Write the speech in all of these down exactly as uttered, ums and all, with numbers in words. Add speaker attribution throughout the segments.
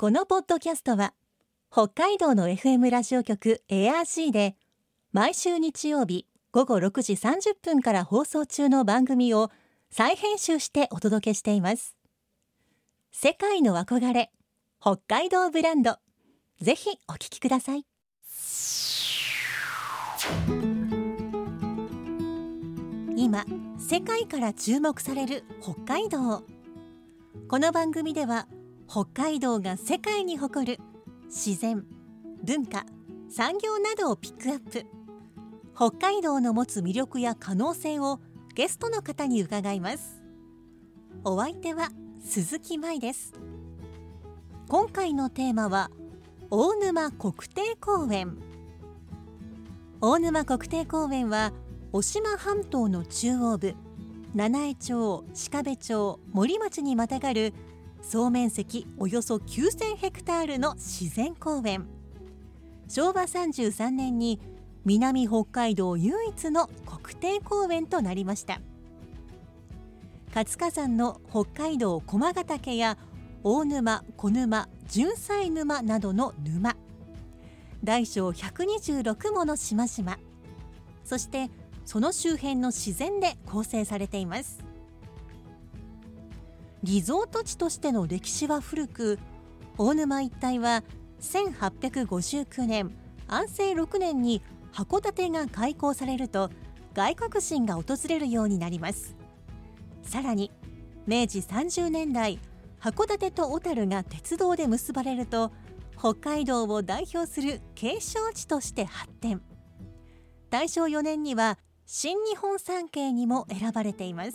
Speaker 1: このポッドキャストは北海道の エフエム ラジオ局 エーアールシー で毎週日曜日ごごろくじさんじゅっぷんから放送中の番組を再編集してお届けしています。世界の憧れ北海道ブランド、ぜひお聞きください。今世界から注目される北海道。この番組では北海道が世界に誇る自然、文化、産業などをピックアップ。北海道の持つ魅力や可能性をゲストの方に伺います。お相手は鈴木舞です。今回のテーマは大沼国定公園。大沼国定公園は渡島半島の中央部、七飯町、鹿部町、森町にまたがる総面積およそきゅうせんヘクタールの自然公園。しょうわさんじゅうさんねんに南北海道唯一の国定公園となりました。活火山の北海道駒ヶ岳や大沼、小沼、純菜沼などの沼、大小ひゃくにじゅうろくもの島々、そしてその周辺の自然で構成されています。リゾート地としての歴史は古く、大沼一帯はせんはっぴゃくごじゅうきゅうねん安政ろくねんに函館が開港されると外国人が訪れるようになります。さらに明治さんじゅうねんだい、函館と小樽が鉄道で結ばれると北海道を代表する景勝地として発展。だいしょうよねんには新日本三景にも選ばれています。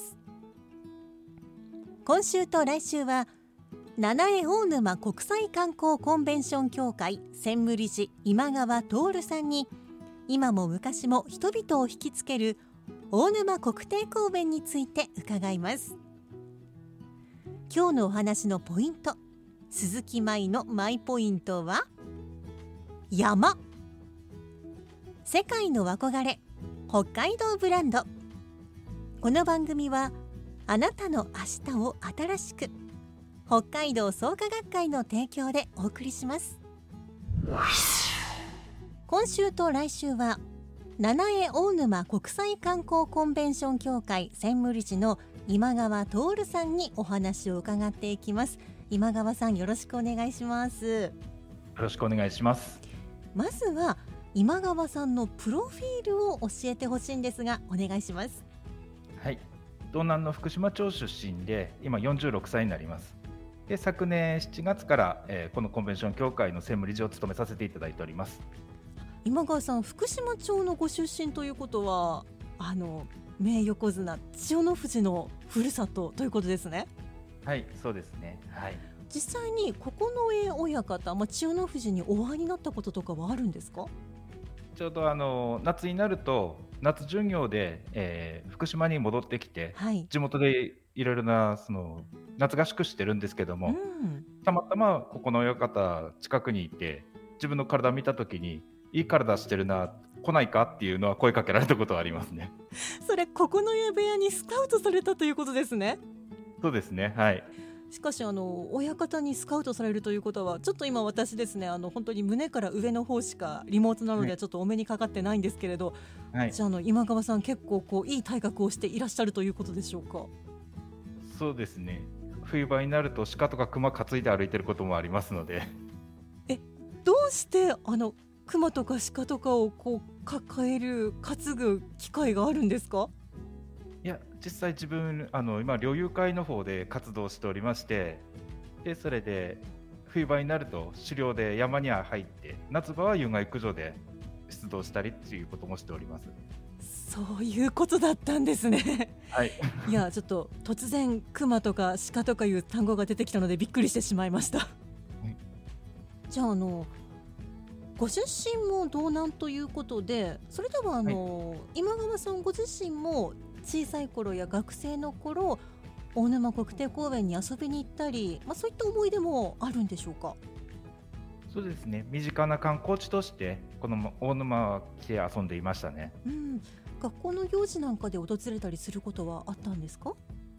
Speaker 1: 今週と来週は七重大沼国際観光コンベンション協会専務理事今川徹さんに、今も昔も人々を引きつける大沼国定公園について伺います。今日のお話のポイント、鈴木舞のマイポイントは山。世界の憧れ北海道ブランド。この番組はあなたの明日を新しく、北海道創価学会の提供でお送りします。今週と来週は七重大沼国際観光コンベンション協会専務理事の今川徹さんにお話を伺っていきます。今川さん、よろしくお願いします。
Speaker 2: よろしくお願いします。
Speaker 1: まずは今川さんのプロフィールを教えてほしいんですが、お願いします。
Speaker 2: はい、道南の福島町出身で今よんじゅうろくさいになります。で昨年しちがつから、えー、このコンベンション協会の専務理事を務めさせていただいております。
Speaker 1: 今川さん、福島町のご出身ということは、あの名横綱千代の富士のふるさとということですね。
Speaker 2: はい、そうですね。はい、
Speaker 1: 実際に九重親方、まあ、千代の富士にお会いになったこととかはあるんですか？
Speaker 2: ちょうどあの夏になると夏巡業で、えー、福島に戻ってきて、はい、地元でいろいろなその夏合宿してるんですけども、うん、たまたま九重親方近くにいて、自分の体見た時にいい体してるな、来ないかっていうのは声かけられたことはありますね。
Speaker 1: それ九重部屋にスカウトされたということですね。
Speaker 2: そうですね。はい。
Speaker 1: しかしあの親方にスカウトされるということは、ちょっと今私ですね、あの本当に胸から上の方しかリモートなのでちょっとお目にかかってないんですけれど、はい、じゃあ、あの今川さん、結構こういい体格をしていらっしゃるということでしょうか？
Speaker 2: そうですね。冬場になると鹿とか熊担いで歩いてることもありますので。
Speaker 1: え、どうしてあの熊とか鹿とかをこう抱える担ぐ機会があるんですか？
Speaker 2: いや、実際自分あの今猟友会の方で活動しておりまして、でそれで冬場になると狩猟で山には入って、夏場は有害駆除で出動したりっていうこともしております。
Speaker 1: そういうことだったんですね。
Speaker 2: はい。
Speaker 1: いや、ちょっと突然熊とか鹿とかいう単語が出てきたのでびっくりしてしまいました。はい、じゃあ、あのご出身も道南ということで、それではあの、はい、今川さんご自身も小さい頃や学生の頃、大沼国定公園に遊びに行ったり、まあ、そういった思い出もあるんでしょうか？
Speaker 2: そうですね。身近な観光地としてこの大沼は来て遊んでいましたね。
Speaker 1: うん、学校の行事なんかで訪れたりすることはあったんですか？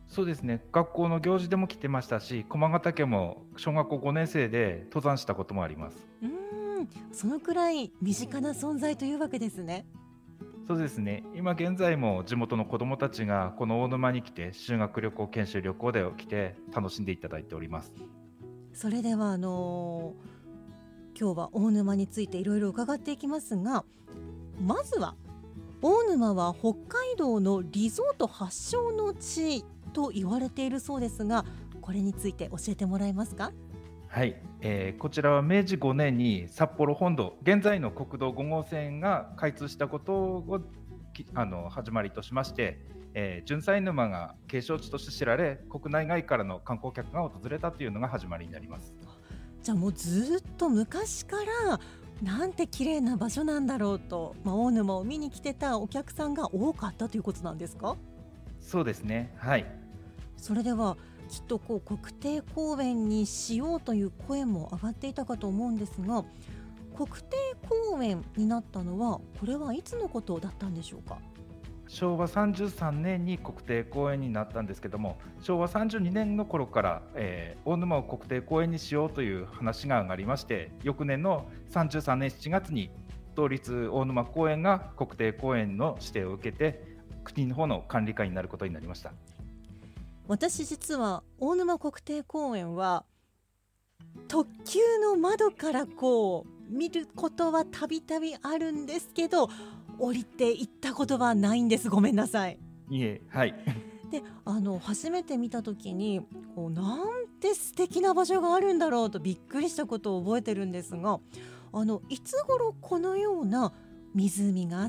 Speaker 2: そうですね、学校の行事でも来てましたし、駒ヶ岳も小学校ごねん生で登山したこともあります。
Speaker 1: うーん、そのくらい身近な存在というわけですね。
Speaker 2: そうですね、今現在も地元の子どもたちがこの大沼に来て修学旅行研修旅行で来て楽しんでいただいております。
Speaker 1: それではあのー、今日は大沼についていろいろ伺っていきますが、まずは大沼は北海道のリゾート発祥の地と言われているそうですが、これについて教えてもらえますか？
Speaker 2: はい、えーこちらはめいじごねんに札幌本土、現在の国道ごごうせんが開通したことをきあの始まりとしまして、えー、純菜沼が景勝地として知られ、国内外からの観光客が訪れたというのが始まりになります。
Speaker 1: じゃあもうずっと昔からなんて綺麗な場所なんだろうと、まあ、大沼を見に来てたお客さんが多かったということなんですか？
Speaker 2: そうですね、はい。
Speaker 1: それではきっとこう国定公園にしようという声も上がっていたかと思うんですが、国定公園になったのはこれはいつのことだったんでしょうか？
Speaker 2: しょうわさんじゅうさんねんに国定公園になったんですけども、しょうわさんじゅうにねんの頃から、えー大沼を国定公園にしようという話が上がりまして、翌年のさんじゅうさんねんしちがつに東立大沼公園が国定公園の指定を受けて国の方の管理下になることになりました。
Speaker 1: 私実は大沼国定公園は特急の窓からこう見ることはたびたびあるんですけど、降りて行ったことはないんです。ごめんなさい。
Speaker 2: いえ、はい。
Speaker 1: で、あの初めて見た時にこうなんて素敵な場所があるんだろうとびっくりしたことを覚えてるんですが、あのいつ頃このような湖があって、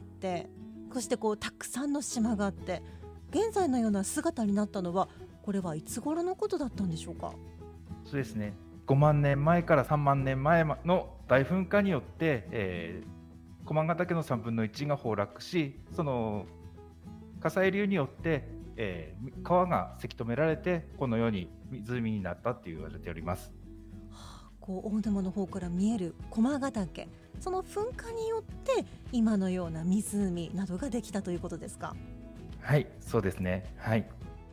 Speaker 1: そしてこうたくさんの島があって現在のような姿になったのは、これはいつ頃のことだったんでしょうか？
Speaker 2: そうですね、ごまんねんまえからさんまんねんまえの大噴火によって、えー、駒ヶ岳のさんぶんのいちが崩落し、その火砕流によって、えー川がせき止められてこのように湖になったと言われております。
Speaker 1: こう大沼の方から見える駒ヶ岳、その噴火によって今のような湖などができたということですか？
Speaker 2: はい、そうですね、はい。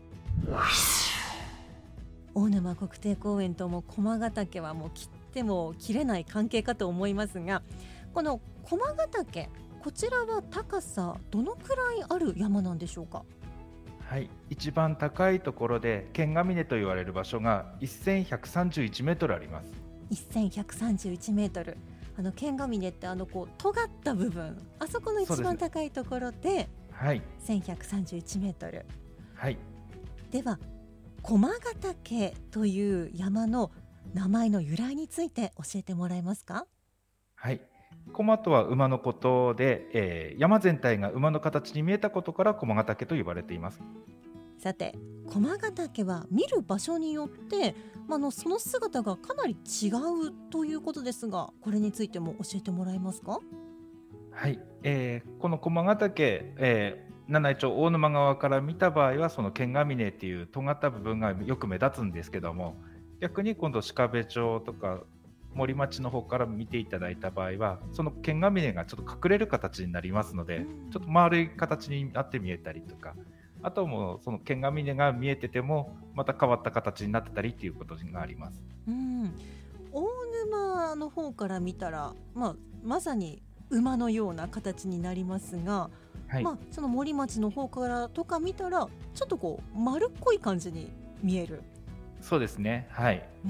Speaker 1: 大沼国定公園とも駒ヶ岳はもう切っても切れない関係かと思いますが、この駒ヶ岳、こちらは高さどのくらいある山なんでしょうか？
Speaker 2: はい、一番高いところで剣ヶ峰と言われる場所がせんひゃくさんじゅういちメートルあります。
Speaker 1: せんひゃくさんじゅういちメートル。あの剣ヶ峰ってあのこう尖った部分、あそこの一番高いところで
Speaker 2: はい、
Speaker 1: せんひゃくさんじゅういちメートル。
Speaker 2: はい、
Speaker 1: では駒ヶ岳という山の名前の由来について教えてもらえますか？
Speaker 2: はい。駒とは馬のことで、えー山全体が馬の形に見えたことから駒ヶ岳と呼ばれています。
Speaker 1: さて、駒ヶ岳は見る場所によって、まあ、のその姿がかなり違うということですが、これについても教えてもらえますか？
Speaker 2: はい、えーこの駒ヶ岳、えー七飯町大沼側から見た場合はその剣ヶ峰っていう尖った部分がよく目立つんですけども、逆に今度鹿部町とか森町の方から見ていただいた場合はその剣ヶ峰がちょっと隠れる形になりますので、
Speaker 1: うん、
Speaker 2: ちょっと丸い形になって見えたりとか、あともうその剣ヶ峰が見えててもまた変わった形になってたりっていうことがあります。
Speaker 1: うん、大沼の方から見たら、まあ、まさに馬のような形になりますが、
Speaker 2: はい、
Speaker 1: まあ、その森町の方からとか見たらちょっとこう丸っこい感じに見える。
Speaker 2: そうですね、はい、
Speaker 1: うん、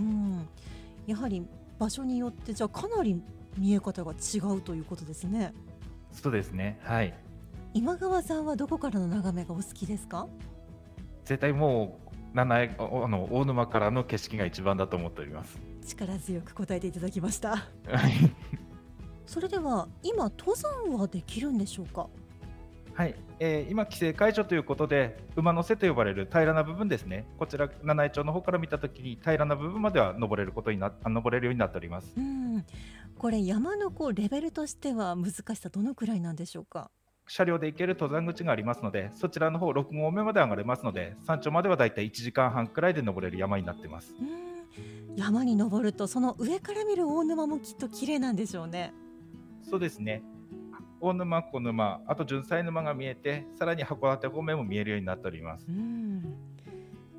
Speaker 1: やはり場所によってじゃあかなり見え方が違うということですね。
Speaker 2: そうですね、はい。
Speaker 1: 今川さんはどこからの眺めがお好きですか？
Speaker 2: 絶対もう七重あの大沼からの景色が一番だと思っております。
Speaker 1: 力強く答えていただきました。
Speaker 2: はい、
Speaker 1: それでは今登山はできるんでしょうか？
Speaker 2: はい、えー今規制解除ということで馬の背と呼ばれる平らな部分ですね、こちら七重町の方から見たときに平らな部分までは登れることになあ登れるようになっております。
Speaker 1: うん、これ山のこうレベルとしては難しさどのくらいなんでしょうか？
Speaker 2: 車両で行ける登山口がありますので、そちらの方ろく合目まで上がれますので、山頂まではだいたいいちじかんはんくらいで登れる山になっています。
Speaker 1: うん、山に登るとその上から見る大沼もきっと綺麗なんでしょうね。
Speaker 2: そうですね、大沼、小沼、あと純菜沼が見えて、さらに函館方面も見えるようになっております。
Speaker 1: うん、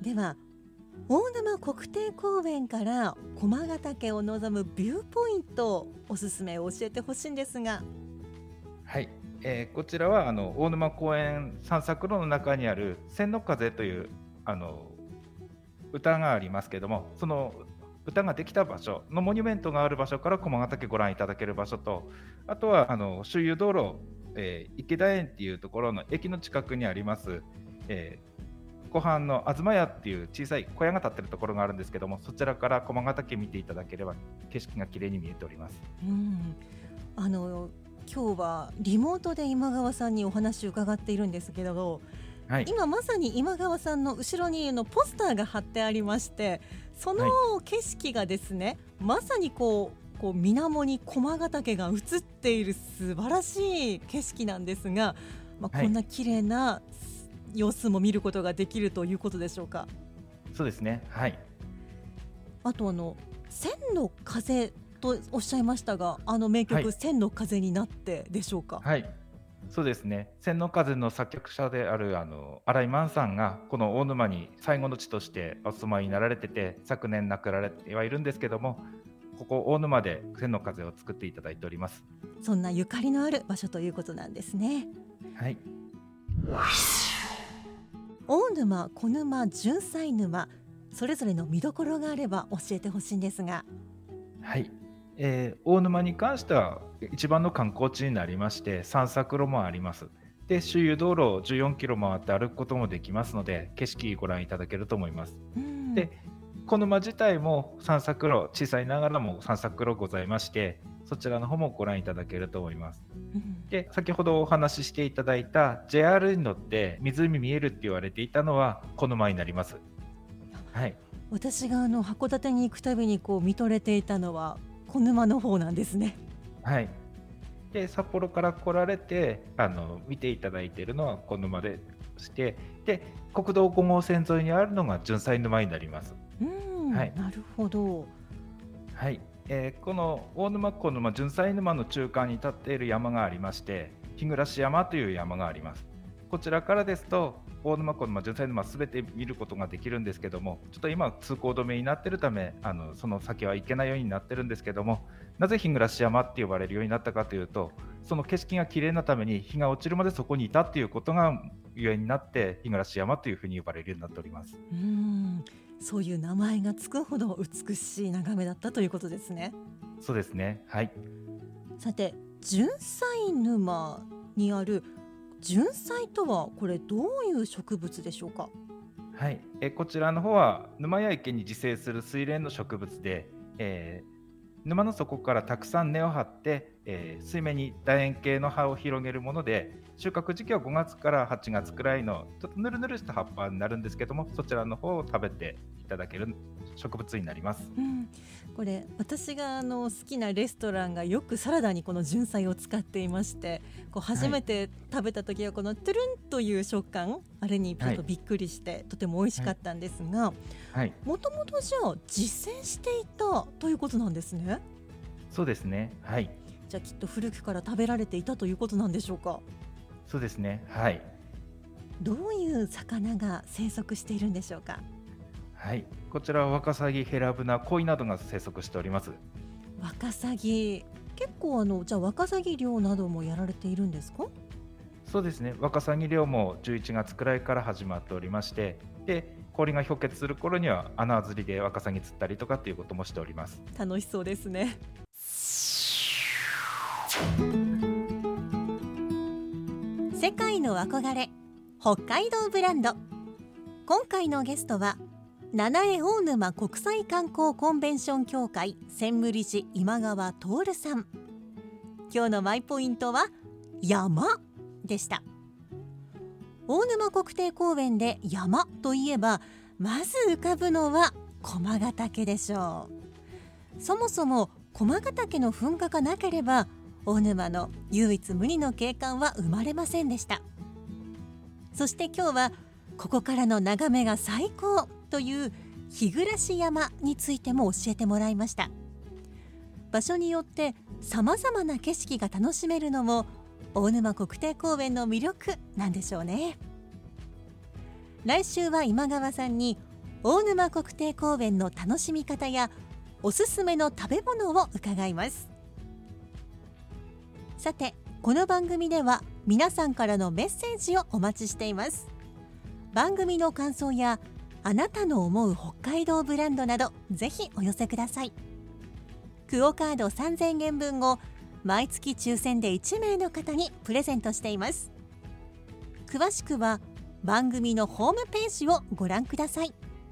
Speaker 1: では大沼国定公園から駒ヶ岳を望むビューポイントおすすめを教えてほしいんですが。
Speaker 2: はい、えー、こちらはあの大沼公園散策路の中にある千の風というあの歌がありますけれども、その歌ができた場所のモニュメントがある場所から駒ヶ岳ご覧いただける場所と、あとはあの周遊道路、えー、池田園っていうところの駅の近くにあります、えー湖畔の東屋っていう小さい小屋が建ってるところがあるんですけども、そちらから駒ヶ岳見ていただければ景色が綺麗に見えております。
Speaker 1: うん、あの今日はリモートで今川さんにお話を伺っているんですけど、はい、今まさに今川さんの後ろにのポスターが貼ってありまして、その景色がですね、はい、まさにこう、こう水面に駒ヶ岳が映っている素晴らしい景色なんですが、まあ、こんな綺麗な様子も見ることができるということでしょうか。
Speaker 2: そうですね、はい。
Speaker 1: あとあの千の風とおっしゃいましたが、あの名曲、はい、千の風になってでしょうか。
Speaker 2: はい、そうですね。千の風の作曲者であるあの新井満さんがこの大沼に最後の地としてお住まいになられてて、昨年亡くなられてはいるんですけども、ここ大沼で千の風を作っていただいております。
Speaker 1: そんなゆかりのある場所ということなんですね。
Speaker 2: はい。
Speaker 1: 大沼、小沼、純菜沼、それぞれの見どころがあれば教えてほしいんですが。
Speaker 2: はい、えー、大沼に関しては一番の観光地になりまして、散策路もあります。で、周遊道路をじゅうよんキロ回って歩くこともできますので、景色ご覧いただけると思います。で、小沼自体も散策路、小さいながらも散策路ございまして、そちらの方もご覧いただけると思います。うん、で、先ほどお話ししていただいた ジェイアール に乗って湖見えるって言われていたのは小沼になります。はい、
Speaker 1: 私があの函館に行くたびにこう見とれていたのは小沼の方なんですね。
Speaker 2: はい。で、札幌から来られてあの見ていただいているのは小沼でして、で、国道ご号線沿いにあるのが純菜沼になります。
Speaker 1: うん、はい、なるほど。
Speaker 2: はい、えー、この大沼小沼純菜沼の中間に立っている山がありまして、日暮山という山があります。こちらからですと大沼小沼純菜沼すべて見ることができるんですけども、ちょっと今通行止めになっているため、あのその先は行けないようになってるんですけども、なぜ日暮山って呼ばれるようになったかというと、その景色が綺麗なために日が落ちるまでそこにいたということがゆえになって日暮山というふうに呼ばれるようになっております。
Speaker 1: うーん、そういう名前がつくほど美しい眺めだったということですね。
Speaker 2: そうですね、はい。
Speaker 1: さて、純菜沼にある純菜とはこれどういう植物でしょうか。
Speaker 2: はい、えこちらの方は沼や池に自生する水蓮の植物で、えー、沼の底からたくさん根を張って、えー、水面に楕円形の葉を広げるもので、収穫時期はごがつからはちがつくらいのちょっとぬるぬるした葉っぱになるんですけども、そちらの方を食べていただける植物になります。
Speaker 1: うん、これ私があの好きなレストランがよくサラダにこの純菜を使っていまして、こう初めて食べた時はこのトゥルンという食感、あれにちょっとびっくりして、はい、とても美味しかったんですが、もともとじゃあ実践していたということなんですね。
Speaker 2: そうですね、はい。
Speaker 1: じゃあきっと古くから食べられていたということなんでしょうか。
Speaker 2: そうですね、はい。
Speaker 1: どういう魚が生息しているんでしょうか。
Speaker 2: はい、こちらはワカサギ、ヘラブナ、コイなどが生息しております。
Speaker 1: ワカサギ、結構あのじゃあワカサギ漁などもやられているんですか。
Speaker 2: そうですね、ワカサギ漁もじゅういちがつくらいから始まっておりまして、で氷が氷結する頃には穴釣りでワカサギ釣ったりとかっていうこともしております。
Speaker 1: 楽しそうですね。世界の憧れ、北海道ブランド。今回のゲストは七重大沼国際観光コンベンション協会専務理事今川徹さん。今日のマイポイントは山でした。大沼国定公園で山といえばまず浮かぶのは駒ヶ岳でしょう。そもそも駒ヶ岳の噴火がなければ大沼の唯一無二の景観は生まれませんでした。そして今日はここからの眺めが最高という日暮山についても教えてもらいました。場所によってさまざまな景色が楽しめるのも大沼国定公園の魅力なんでしょうね。来週は今川さんに大沼国定公園の楽しみ方やおすすめの食べ物を伺います。さて、この番組では皆さんからのメッセージをお待ちしています。番組の感想やあなたの思う北海道ブランドなどぜひお寄せください。クオカードさんぜんえん分を毎月抽選でいちめいの方にプレゼントしています。詳しくは番組のホームページをご覧ください。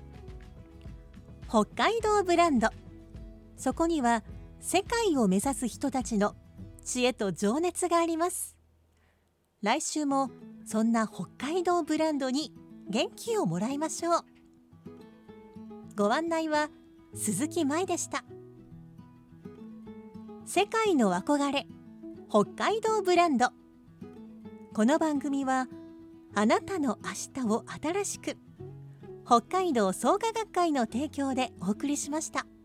Speaker 1: 北海道ブランド、そこには世界を目指す人たちの知恵と情熱があります。来週もそんな北海道ブランドに元気をもらいましょう。ご案内は鈴木舞でした。世界の憧れ、北海道ブランド。この番組はあなたの明日を新しく、北海道創価学会の提供でお送りしました。